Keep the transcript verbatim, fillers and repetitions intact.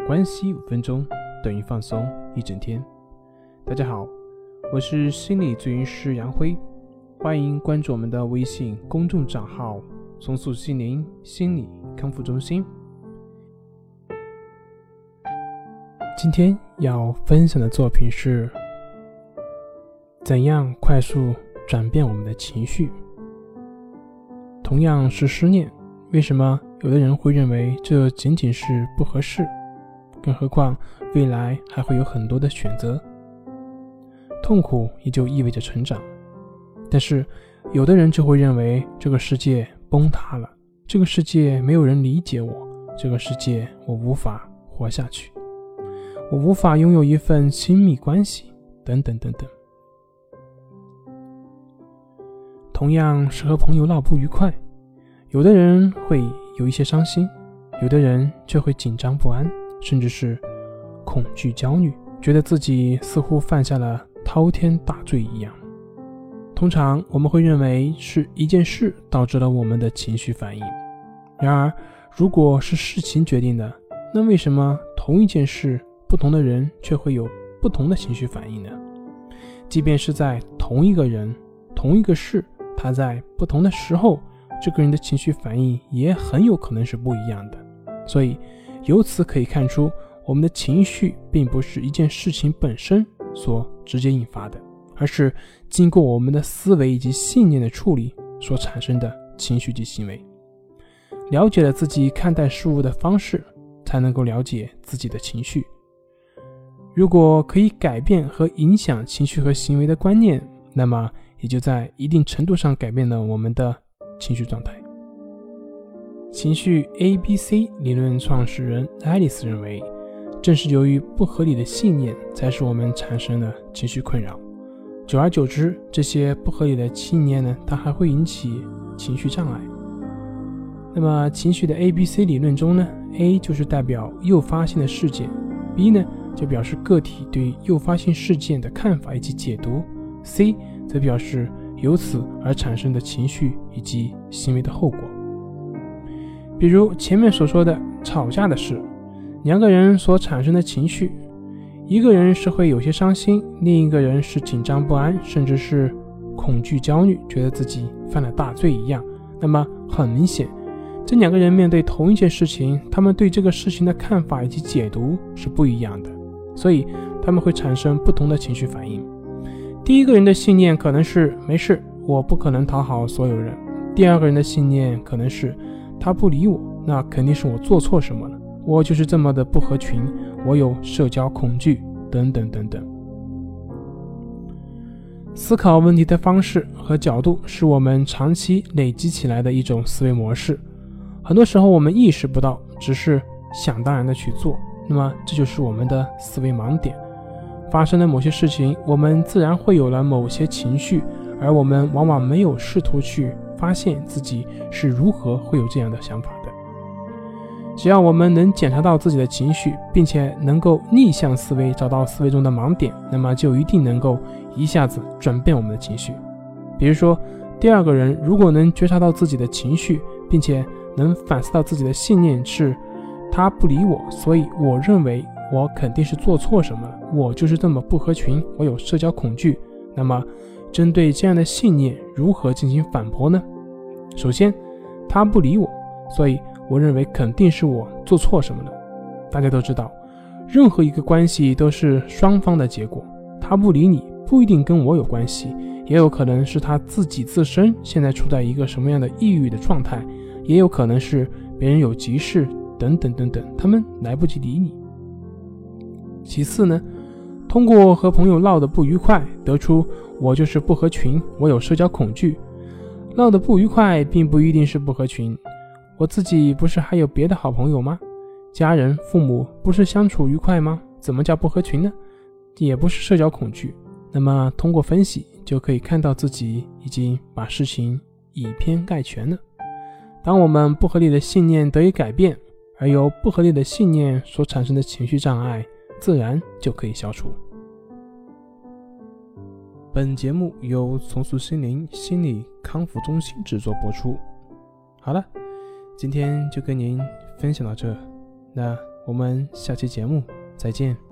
关系五分钟等于放松一整天。大家好，我是心理咨询师杨辉，欢迎关注我们的微信公众账号重塑心灵心理康复中心。今天要分享的作品是怎样快速转变我们的情绪。同样是失恋，为什么有的人会认为这仅仅是不合适，更何况未来还会有很多的选择。痛苦也就意味着成长，但是有的人就会认为这个世界崩塌了，这个世界没有人理解我，这个世界我无法活下去，我无法拥有一份亲密关系，等等等等。同样是和朋友闹不愉快，有的人会有一些伤心，有的人却会紧张不安，甚至是恐惧焦虑，觉得自己似乎犯下了滔天大罪一样。通常我们会认为是一件事导致了我们的情绪反应，然而如果是事情决定的，那为什么同一件事不同的人却会有不同的情绪反应呢？即便是在同一个人同一个事，他在不同的时候，这个人的情绪反应也很有可能是不一样的。所以由此可以看出，我们的情绪并不是一件事情本身所直接引发的，而是经过我们的思维以及信念的处理所产生的情绪及行为。了解了自己看待事物的方式，才能够了解自己的情绪。如果可以改变和影响情绪和行为的观念，那么也就在一定程度上改变了我们的情绪状态。情绪 A B C 理论创始人爱丽丝认为，正是由于不合理的信念才使我们产生了情绪困扰，久而久之，这些不合理的信念呢，它还会引起情绪障碍。那么情绪的 A B C 理论中呢， A 就是代表诱发性的事件， B 呢就表示个体对诱发性事件的看法以及解读， C 则表示由此而产生的情绪以及行为的后果。比如前面所说的吵架的事，两个人所产生的情绪，一个人是会有些伤心，另一个人是紧张不安，甚至是恐惧焦虑，觉得自己犯了大罪一样。那么很明显，这两个人面对同一件事情，他们对这个事情的看法以及解读是不一样的，所以他们会产生不同的情绪反应。第一个人的信念可能是没事，我不可能讨好所有人。第二个人的信念可能是他不理我，那肯定是我做错什么了，我就是这么的不合群，我有社交恐惧，等等等等。思考问题的方式和角度是我们长期累积起来的一种思维模式，很多时候我们意识不到，只是想当然的去做，那么这就是我们的思维盲点。发生了某些事情，我们自然会有了某些情绪，而我们往往没有试图去发现自己是如何会有这样的想法的。只要我们能检查到自己的情绪，并且能够逆向思维，找到思维中的盲点，那么就一定能够一下子转变我们的情绪。比如说，第二个人如果能觉察到自己的情绪，并且能反思到自己的信念是他不理我，所以我认为我肯定是做错什么了，我就是这么不合群，我有社交恐惧。那么针对这样的信念，如何进行反驳呢？首先，他不理我，所以我认为肯定是我做错什么了。大家都知道，任何一个关系都是双方的结果，他不理你不一定跟我有关系，也有可能是他自己自身现在处在一个什么样的抑郁的状态，也有可能是别人有急事等等等等，他们来不及理你。其次呢，通过和朋友闹得不愉快，得出我就是不合群，我有社交恐惧。闹得不愉快并不一定是不合群，我自己不是还有别的好朋友吗？家人父母不是相处愉快吗？怎么叫不合群呢？也不是社交恐惧。那么通过分析就可以看到自己已经把事情以偏概全了。当我们不合理的信念得以改变，而由不合理的信念所产生的情绪障碍自然就可以消除。本节目由重塑心灵心理康复中心制作播出。好了，今天就跟您分享到这，那我们下期节目再见。